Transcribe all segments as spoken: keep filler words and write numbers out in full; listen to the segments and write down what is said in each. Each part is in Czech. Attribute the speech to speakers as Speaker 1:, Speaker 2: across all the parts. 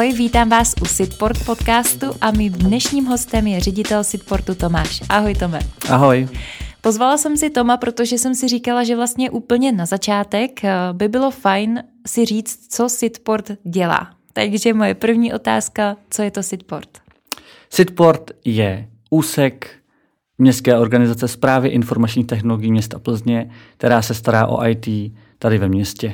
Speaker 1: Ahoj, vítám vás u Sitport podcastu a mým dnešním hostem je ředitel Sitportu Tomáš. Ahoj, Tome.
Speaker 2: Ahoj.
Speaker 1: Pozvala jsem si Toma, protože jsem si říkala, že vlastně úplně na začátek by bylo fajn si říct, co Sitport dělá. Takže moje první otázka, co je to Sitport?
Speaker 2: Sitport je úsek Městské organizace správy informačních technologií města Plzně, která se stará o í té tady ve městě.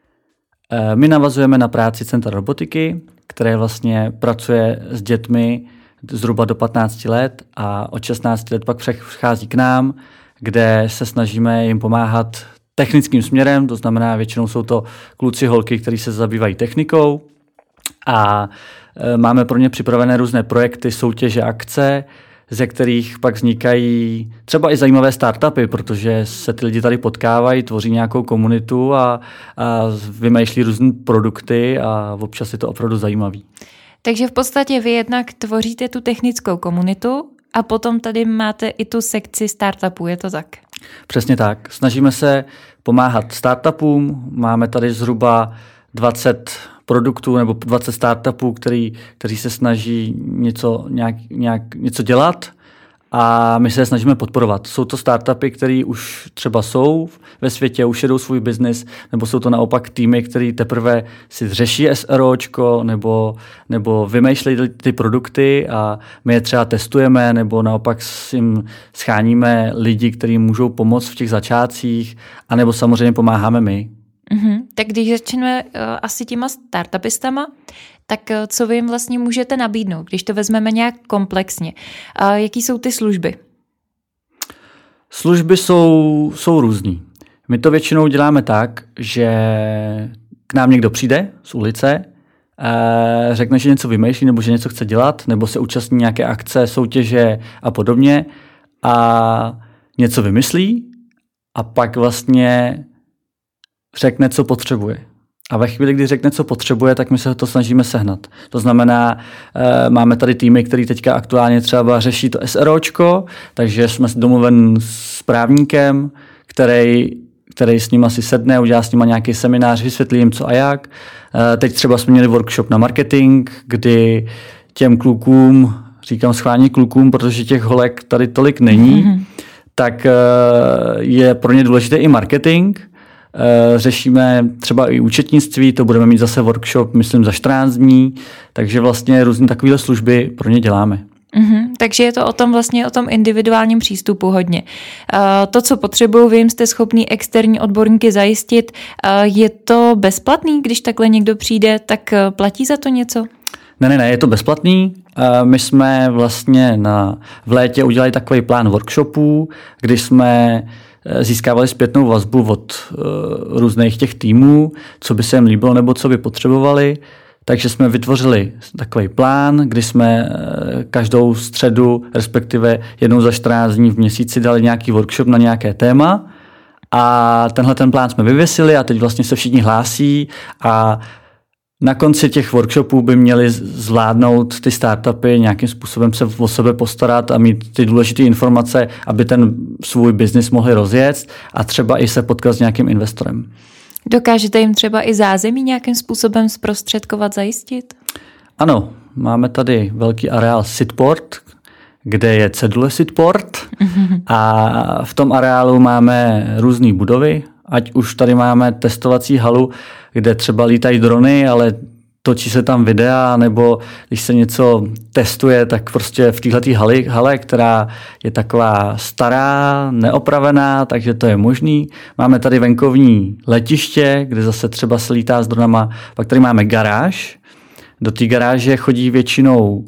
Speaker 2: My navazujeme na práci Centra robotiky, které vlastně pracuje s dětmi zhruba do patnácti let a od šestnácti let pak přechází k nám, kde se snažíme jim pomáhat technickým směrem, to znamená většinou jsou to kluci, holky, kteří se zabývají technikou a máme pro ně připravené různé projekty, soutěže, akce, ze kterých pak vznikají třeba i zajímavé startupy, protože se ty lidi tady potkávají, tvoří nějakou komunitu a, a vymýšlí různé produkty a občas je to opravdu zajímavý.
Speaker 1: Takže v podstatě vy jednak tvoříte tu technickou komunitu a potom tady máte i tu sekci startupů, je to tak?
Speaker 2: Přesně tak. Snažíme se pomáhat startupům, máme tady zhruba dvacet produktů nebo dvacet startupů, který, kteří se snaží něco, nějak, nějak, něco dělat a my se je snažíme podporovat. Jsou to startupy, které už třeba jsou ve světě, už jedou svůj biznis, nebo jsou to naopak týmy, které teprve si řeší SROčko nebo, nebo vymýšlejí ty produkty a my je třeba testujeme nebo naopak jim scháníme lidi, kteří můžou pomoct v těch začátcích, anebo samozřejmě pomáháme my.
Speaker 1: Mm-hmm. Tak když začneme uh, asi těma startupistama, tak uh, co vy jim vlastně můžete nabídnout, když to vezmeme nějak komplexně? Uh, jaký jsou ty služby?
Speaker 2: Služby jsou, jsou různý. My to většinou děláme tak, že k nám někdo přijde z ulice, uh, řekne, že něco vymýšlí nebo že něco chce dělat, nebo se účastní nějaké akce, soutěže a podobně a něco vymyslí a pak vlastně řekne, co potřebuje. A ve chvíli, kdy řekne, co potřebuje, tak my se to snažíme sehnat. To znamená, e, máme tady týmy, který teďka aktuálně třeba řeší to SROčko, takže jsme domluven s právníkem, který, který s ním asi sedne, udělá s nima nějaký seminář, vysvětlí jim co a jak. E, teď třeba jsme měli workshop na marketing, kdy těm klukům, říkám schválně klukům, protože těch holek tady tolik není, mm-hmm. tak e, je pro ně důležité i marketing. Řešíme třeba i účetnictví, to budeme mít zase workshop, myslím, za čtrnáct dní, takže vlastně různé takovéhle služby pro ně děláme.
Speaker 1: Mm-hmm, takže je to o tom vlastně o tom individuálním přístupu hodně. Uh, to, co potřebují, vy jim jste schopný externí odborníky zajistit. Uh, je to bezplatný, když takhle někdo přijde, tak uh, platí za to něco?
Speaker 2: Ne, ne, ne, je to bezplatný. Uh, my jsme vlastně na, v létě udělali takový plán workshopů, kdy jsme získávali zpětnou vazbu od uh, různých těch týmů, co by se jim líbilo nebo co by potřebovali. Takže jsme vytvořili takový plán, kdy jsme uh, každou středu, respektive jednou za čtrnáct dní v měsíci dali nějaký workshop na nějaké téma a tenhle ten plán jsme vyvěsili a teď vlastně se všichni hlásí a na konci těch workshopů by měli zvládnout ty startupy, nějakým způsobem se o sebe postarat a mít ty důležité informace, aby ten svůj biznis mohli rozjet a třeba i se potkat s nějakým investorem.
Speaker 1: Dokážete jim třeba i zázemí nějakým způsobem zprostředkovat, zajistit?
Speaker 2: Ano, máme tady velký areál Sitport, kde je cedule Sitport mm-hmm. a v tom areálu máme různé budovy, ať už tady máme testovací halu, kde třeba lítají drony, ale točí se tam videa, nebo když se něco testuje, tak prostě v téhletý hale, hale, která je taková stará, neopravená, takže to je možný. Máme tady venkovní letiště, kde zase třeba se lítá s dronama. Pak tady máme garáž. Do té garáže chodí většinou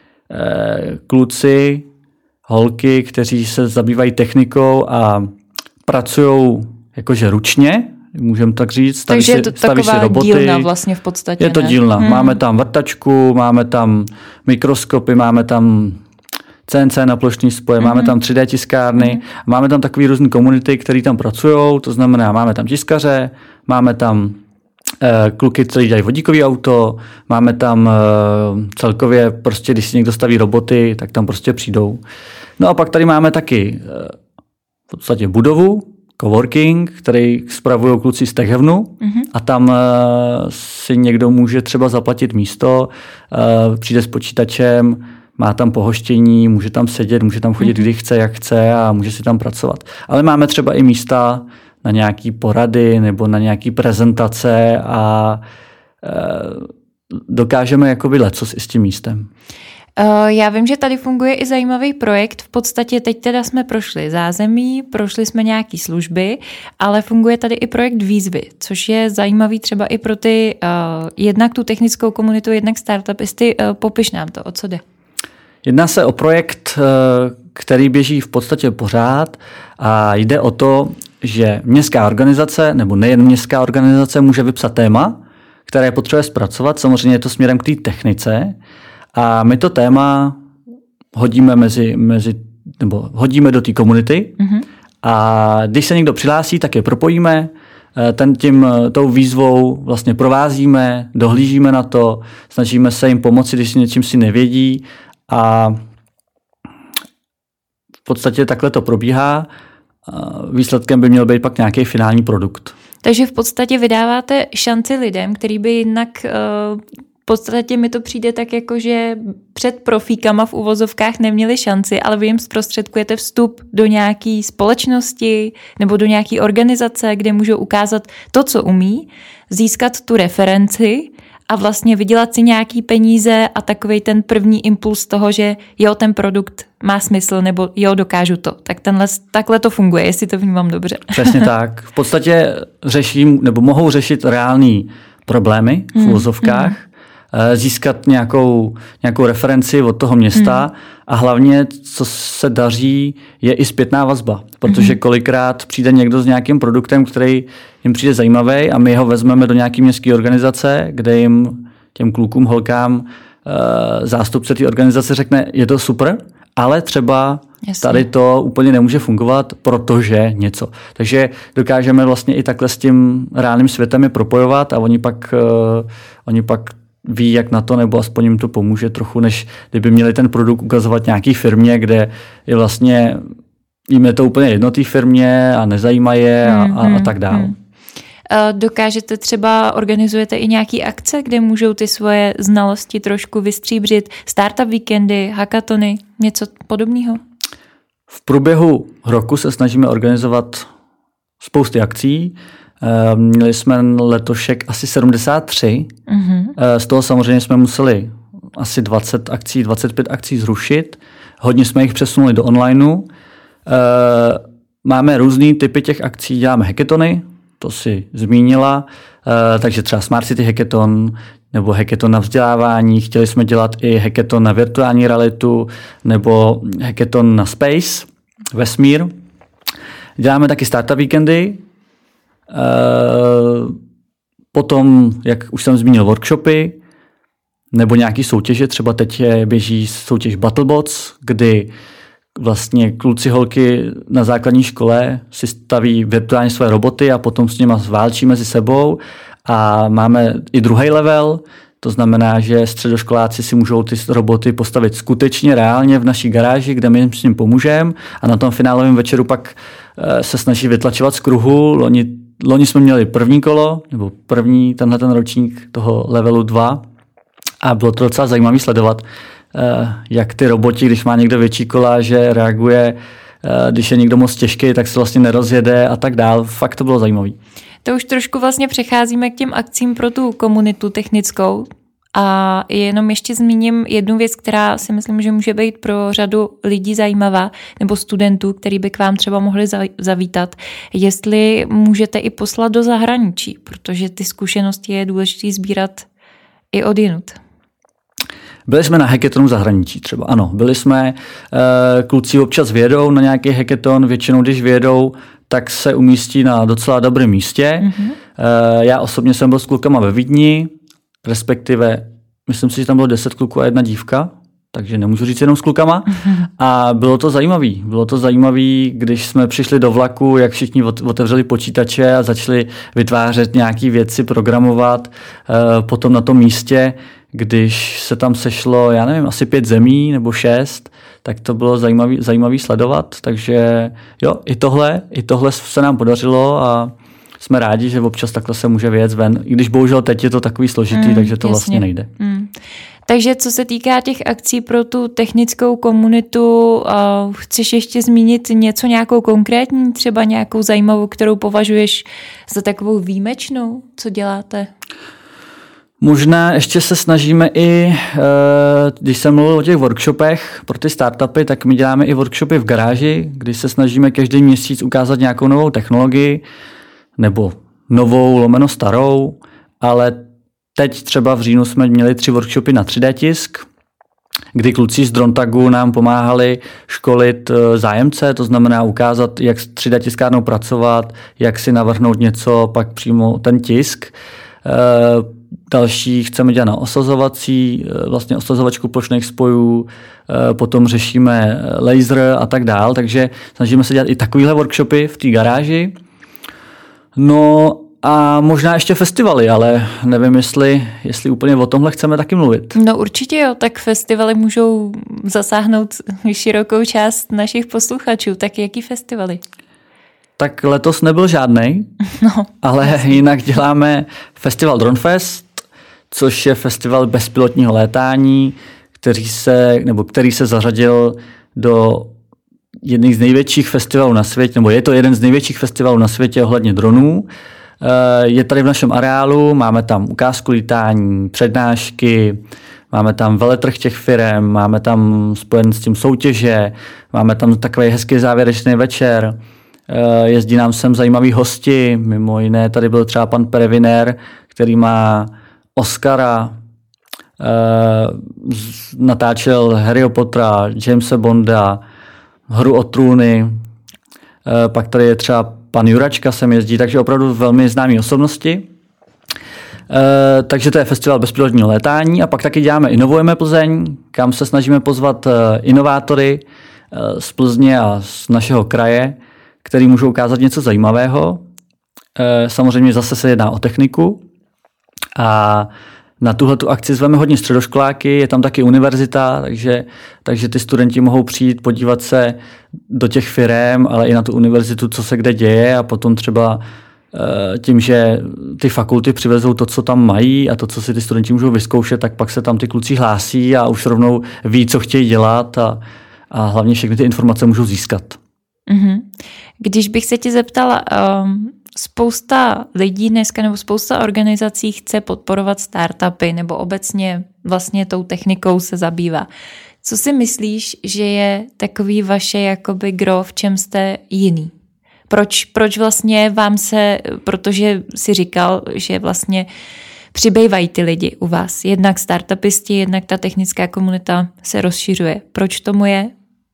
Speaker 2: eh, kluci, holky, kteří se zabývají technikou a pracují jakože ručně, můžeme tak říct.
Speaker 1: Takže je to taková dílna vlastně v podstatě.
Speaker 2: Je to
Speaker 1: ne?
Speaker 2: dílna.
Speaker 1: Hmm.
Speaker 2: Máme tam vrtačku, máme tam mikroskopy, máme tam C N C na plošný spoje, hmm. máme tam tři dé tiskárny, hmm. máme tam takové různé komunity, které tam pracují, to znamená, máme tam tiskaře, máme tam eh, kluky, kteří dělají vodíkový auto, máme tam eh, celkově prostě, když si někdo staví roboty, tak tam prostě přijdou. No a pak tady máme taky eh, v podstatě budovu, coworking, který spravují kluci z Techhevnu mm-hmm. a tam uh, si někdo může třeba zaplatit místo, uh, přijde s počítačem, má tam pohoštění, může tam sedět, může tam chodit, mm-hmm. kdy chce, jak chce a může si tam pracovat. Ale máme třeba i místa na nějaké porady nebo na nějaké prezentace a uh, dokážeme jakoby lecos i s tím místem.
Speaker 1: Já vím, že tady funguje i zajímavý projekt. V podstatě teď teda jsme prošli zázemí, prošli jsme nějaký služby, ale funguje tady i projekt výzvy, což je zajímavý třeba i pro ty uh, jednak tu technickou komunitu, jednak startupisty. Uh, popiš nám to, o co jde.
Speaker 2: Jedná se o projekt, který běží v podstatě pořád a jde o to, že městská organizace, nebo nejen městská organizace, může vypsat téma, které potřebuje zpracovat. Samozřejmě je to směrem k té technice. A my to téma hodíme mezi, mezi nebo hodíme do té komunity mm-hmm. a když se někdo přihlásí, tak je propojíme, ten tím, tou výzvou vlastně provázíme, dohlížíme na to, snažíme se jim pomoci, když si něčím si nevědí a v podstatě takhle to probíhá. Výsledkem by měl být pak nějaký finální produkt.
Speaker 1: Takže v podstatě vydáváte šanci lidem, který by jinak... Uh... V podstatě mi to přijde tak jako, že před profíkama v uvozovkách neměli šanci, ale vy jim zprostředkujete vstup do nějaké společnosti nebo do nějaké organizace, kde můžou ukázat to, co umí, získat tu referenci a vlastně vydělat si nějaký peníze a takovej ten první impuls toho, že jo, ten produkt má smysl nebo jo, dokážu to. Tak tenhle, takhle to funguje, jestli to vnímám dobře.
Speaker 2: Přesně tak. V podstatě řeším nebo mohou řešit reální problémy v uvozovkách, mm, mm. získat nějakou, nějakou referenci od toho města hmm. a hlavně, co se daří, je i zpětná vazba, protože kolikrát přijde někdo s nějakým produktem, který jim přijde zajímavý a my ho vezmeme do nějaké městské organizace, kde jim těm klukům, holkám zástupce té organizace řekne, je to super, ale třeba Jasně. tady to úplně nemůže fungovat, protože něco. Takže dokážeme vlastně i takhle s tím reálným světem je propojovat a oni pak, uh, oni pak ví, jak na to, nebo aspoň jim to pomůže trochu, než kdyby měli ten produkt ukazovat nějaký firmě, kde je vlastně, jim je to úplně jedno té firmě a nezajímá je a, hmm, a, a tak dále. Hmm.
Speaker 1: Dokážete třeba, organizujete i nějaký akce, kde můžou ty svoje znalosti trošku vystříbřit, startup víkendy, hackatony, něco podobného?
Speaker 2: V průběhu roku se snažíme organizovat spousty akcí. Měli jsme letošek asi sedmdesát tři. Mm-hmm. Z toho samozřejmě jsme museli asi dvacet akcí, dvacet pět akcí zrušit. Hodně jsme jich přesunuli do onlineu. Máme různý typy těch akcí, děláme hackatony, to si zmínila, takže třeba Smart City hackathon nebo hackathon na vzdělávání. Chtěli jsme dělat i hackathon na virtuální realitu nebo hackathon na space, vesmír. Děláme taky startup víkendy. Potom, jak už jsem zmínil, workshopy nebo nějaké soutěže. Třeba teď běží soutěž BattleBots, kdy vlastně kluci, holky na základní škole si staví virtuálně své roboty a potom s nimi válčí mezi sebou. A máme i druhý level, to znamená, že středoškoláci si můžou ty roboty postavit skutečně reálně v naší garáži, kde my jim s ním pomůžeme a na tom finálovém večeru pak se snaží vytlačovat z kruhu. Loni, loni jsme měli první kolo, nebo první tenhle ten ročník toho levelu dva a bylo to docela zajímavé sledovat, jak ty roboti, když má někdo větší kola, že reaguje, když je někdo moc těžký, tak se vlastně nerozjede a tak dál. Fakt to bylo zajímavé.
Speaker 1: To už trošku vlastně přecházíme k těm akcím pro tu komunitu technickou a jenom ještě zmíním jednu věc, která si myslím, že může být pro řadu lidí zajímavá nebo studentů, který by k vám třeba mohli zavítat, jestli můžete i poslat do zahraničí, protože ty zkušenosti je důležité sbírat i odjinud.
Speaker 2: Byli jsme na hackathonu v zahraničí třeba, ano. Byli jsme, kluci občas vyjedou na nějaký hackathon, většinou když vyjedou, tak se umístí na docela dobrém místě. Mm-hmm. Já osobně jsem byl s klukama ve Vídni, respektive myslím si, že tam bylo deset kluků a jedna dívka, takže nemůžu říct jenom s klukama. Mm-hmm. A bylo to zajímavý. Bylo to zajímavý, když jsme přišli do vlaku, jak všichni otevřeli počítače a začali vytvářet nějaké věci, programovat. Potom na tom místě, když se tam sešlo, já nevím, asi pět zemí nebo šest, tak to bylo zajímavý, zajímavý sledovat, takže jo, i tohle, i tohle se nám podařilo a jsme rádi, že občas takhle se může vyjet ven, i když bohužel teď je to takový složitý, mm, takže to jasně. vlastně nejde.
Speaker 1: Mm. Takže co se týká těch akcí pro tu technickou komunitu, uh, chceš ještě zmínit něco, nějakou konkrétní, třeba nějakou zajímavou, kterou považuješ za takovou výjimečnou, co děláte?
Speaker 2: Možná ještě se snažíme i, když jsem mluvil o těch workshopech pro ty startupy, tak my děláme i workshopy v garáži, kdy se snažíme každý měsíc ukázat nějakou novou technologii, nebo novou, lomeno starou, ale teď třeba v říjnu jsme měli tři workshopy na tři dé tisk, kdy kluci z Drontagu nám pomáhali školit zájemce, to znamená ukázat, jak s tři dé tiskárnou pracovat, jak si navrhnout něco, pak přímo ten tisk. Další chceme dělat na osazovací, vlastně osazovačku plošných spojů, potom řešíme laser a tak dál, takže snažíme se dělat i takovýhle workshopy v té garáži. No a možná ještě festivaly, ale nevím, jestli, jestli úplně o tomhle chceme taky mluvit.
Speaker 1: No určitě jo, tak festivaly můžou zasáhnout širokou část našich posluchačů. Tak jaký festivaly?
Speaker 2: Tak letos nebyl žádnej,
Speaker 1: no,
Speaker 2: ale jasný. Jinak děláme festival Dronefest, což je festival bezpilotního létání, který se, nebo který se zařadil do jedných z největších festivalů na světě, nebo je to jeden z největších festivalů na světě ohledně dronů. Je tady v našem areálu, máme tam ukázku lítání, přednášky, máme tam veletrh těch firem, máme tam spojen s tím soutěže, máme tam takový hezký závěrečný večer, jezdí nám sem zajímaví hosti, mimo jiné tady byl třeba pan Pereviner, který má Oscara, natáčel Harryho Pottera, Jamese Bonda, Hru o trůny, pak tady je třeba pan Juračka sem jezdí, takže opravdu velmi známí osobnosti. E, takže to je festival bezpilotního létání a pak taky děláme Inovujeme Plzeň, kam se snažíme pozvat inovátory e, z Plzně a z našeho kraje, který můžou ukázat něco zajímavého. E, samozřejmě zase se jedná o techniku a na tuhletu akci zveme hodně středoškoláky, je tam taky univerzita, takže, takže ty studenti mohou přijít, podívat se do těch firem, ale i na tu univerzitu, co se kde děje a potom třeba tím, že ty fakulty přivezou to, co tam mají a to, co si ty studenti můžou vyzkoušet, tak pak se tam ty kluci hlásí a už rovnou ví, co chtějí dělat a, a hlavně všechny ty informace můžou získat.
Speaker 1: Mm-hmm. Když bych se tě zeptala, um... spousta lidí dneska nebo spousta organizací chce podporovat startupy nebo obecně vlastně tou technikou se zabývá. Co si myslíš, že je takový vaše jakoby gro, v čem jste jiný? Proč, proč vlastně vám se, protože si říkal, že vlastně přibývají ty lidi u vás. Jednak startupisti, jednak ta technická komunita se rozšiřuje. Proč tomu je?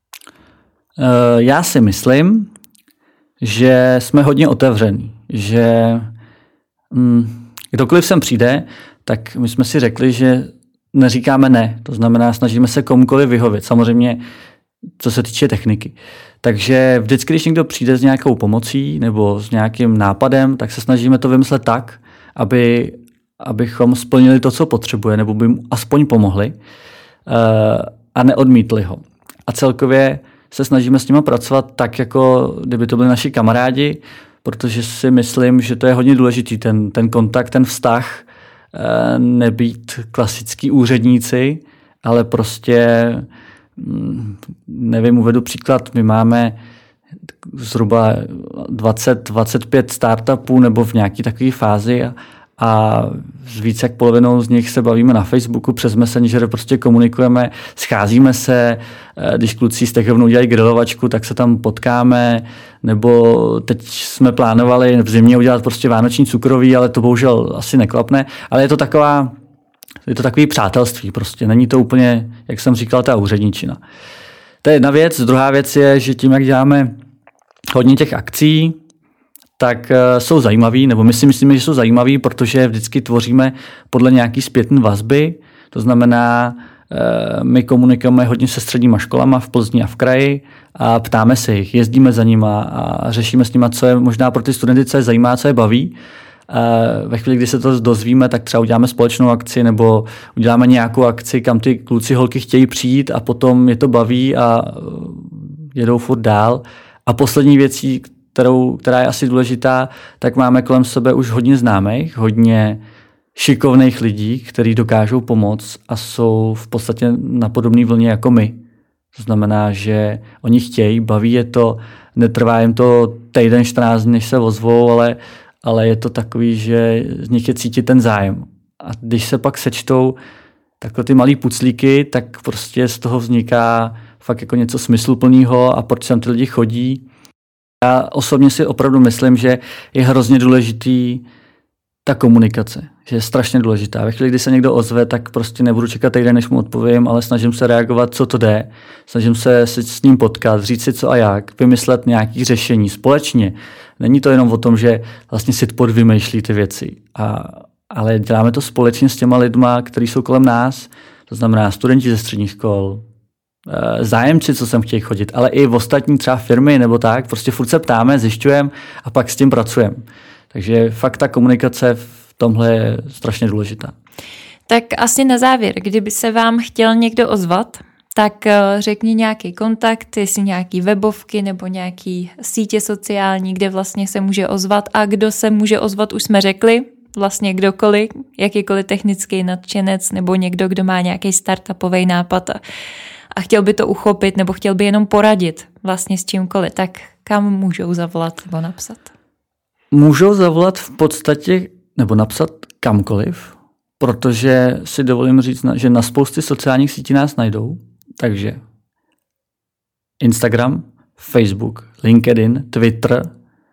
Speaker 2: Já si myslím, že jsme hodně otevření, že hm, kdokoliv sem přijde, tak my jsme si řekli, že neříkáme ne, to znamená, snažíme se komukoliv vyhovět, samozřejmě co se týče techniky. Takže vždycky, když někdo přijde s nějakou pomocí nebo s nějakým nápadem, tak se snažíme to vymyslet tak, aby, abychom splnili to, co potřebuje, nebo by mu aspoň pomohli uh, a neodmítli ho. A celkově se snažíme s nimi pracovat tak, jako kdyby to byli naši kamarádi, protože si myslím, že to je hodně důležitý, ten, ten kontakt, ten vztah, nebýt klasický úředníci, ale prostě, nevím, uvedu příklad, my máme zhruba dvacet dvacet pět startupů nebo v nějaké takové fázi a, a s víc jak polovinou z nich se bavíme na Facebooku, přes Messenger prostě komunikujeme, scházíme se, když kluci z Techovnu dělají grilovačku, tak se tam potkáme, nebo teď jsme plánovali v zimě udělat prostě vánoční cukroví, ale to bohužel asi neklapne, ale je to taková, je to takový přátelství prostě, není to úplně, jak jsem říkal, ta úředničina. To je jedna věc, druhá věc je, že tím, jak děláme hodně těch akcí, tak jsou zajímavý, nebo my si myslíme, že jsou zajímavý, protože vždycky tvoříme podle nějaký zpětné vazby, to znamená, my komunikujeme hodně se středníma školama v Plzni a v kraji a ptáme se jich, jezdíme za nima a řešíme s nima, co je možná pro ty studenty, co je zajímá, co je baví ve chvíli, kdy se to dozvíme, tak třeba uděláme společnou akci nebo uděláme nějakou akci, kam ty kluci, holky chtějí přijít a potom je to baví a jedou furt dál. A poslední věcí, kterou, která je asi důležitá, tak máme kolem sebe už hodně známých, hodně šikovných lidí, kteří dokážou pomoct a jsou v podstatě na podobné vlně jako my. To znamená, že oni chtějí, baví je to, netrvá jim to týden, čtrnáct dní, než se ozvou, ale, ale je to takový, že z nich je cítit ten zájem. A když se pak sečtou takhle ty malý puclíky, tak prostě z toho vzniká fakt jako něco smysluplného a proč sem ty lidi chodí. Já osobně si opravdu myslím, že je hrozně důležitý ta komunikace, že je strašně důležitá. Ve chvíli, kdy se někdo ozve, tak prostě nebudu čekat týden, než mu odpovím, ale snažím se reagovat, co to jde. Snažím se s ním potkat, říct si co a jak, vymyslet nějaké řešení společně. Není to jenom o tom, že vlastně si podvymýšlí ty věci, a, ale děláme to společně s těma lidma, kteří jsou kolem nás, to znamená studenti ze středních škol, zájemci, co sem chtějí chodit, ale i v ostatní třeba firmy nebo tak, prostě furt se ptáme, zjišťujeme a pak s tím pracujeme. Takže fakt ta komunikace v tomhle je strašně důležitá.
Speaker 1: Tak asi na závěr, kdyby se vám chtěl někdo ozvat, tak řekni nějaký kontakt, jestli nějaký webovky nebo nějaký sítě sociální, kde vlastně se může ozvat, a kdo se může ozvat, už jsme řekli, vlastně kdokoliv, jakýkoliv technický nadšenec nebo někdo, kdo má nějaký startupový nápad a, a chtěl by to uchopit nebo chtěl by jenom poradit vlastně s čímkoliv, tak kam můžou zavolat nebo napsat?
Speaker 2: Můžou zavolat v podstatě nebo napsat kamkoliv, protože si dovolím říct, že na spousty sociálních sítí nás najdou, takže Instagram, Facebook, LinkedIn, Twitter,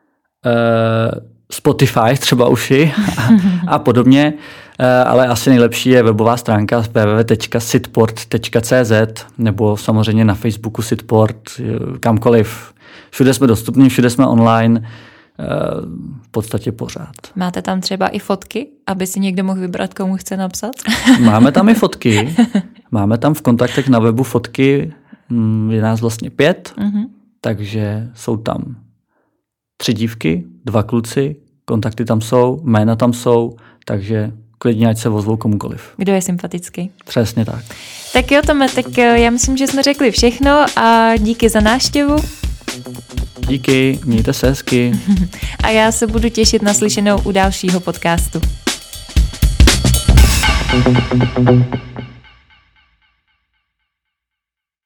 Speaker 2: Spotify třeba uši a, a podobně, ale asi nejlepší je webová stránka w w w tečka sitport tečka c z nebo samozřejmě na Facebooku Sitport, kamkoliv. Všude jsme dostupní, všude jsme online, v podstatě pořád.
Speaker 1: Máte tam třeba i fotky, aby si někdo mohl vybrat, komu chce napsat?
Speaker 2: Máme tam i fotky. Máme tam v kontaktech na webu fotky, je nás vlastně pět, mm-hmm. takže jsou tam tři dívky, dva kluci, kontakty tam jsou, jména tam jsou, takže klidně ať se ozvou komukoliv.
Speaker 1: Kdo je sympatický.
Speaker 2: Přesně tak.
Speaker 1: Tak jo, Tome, tak já myslím, že jsme řekli všechno a díky za návštěvu.
Speaker 2: Díky, mějte se hezky.
Speaker 1: A já se budu těšit na slyšenou u dalšího podcastu.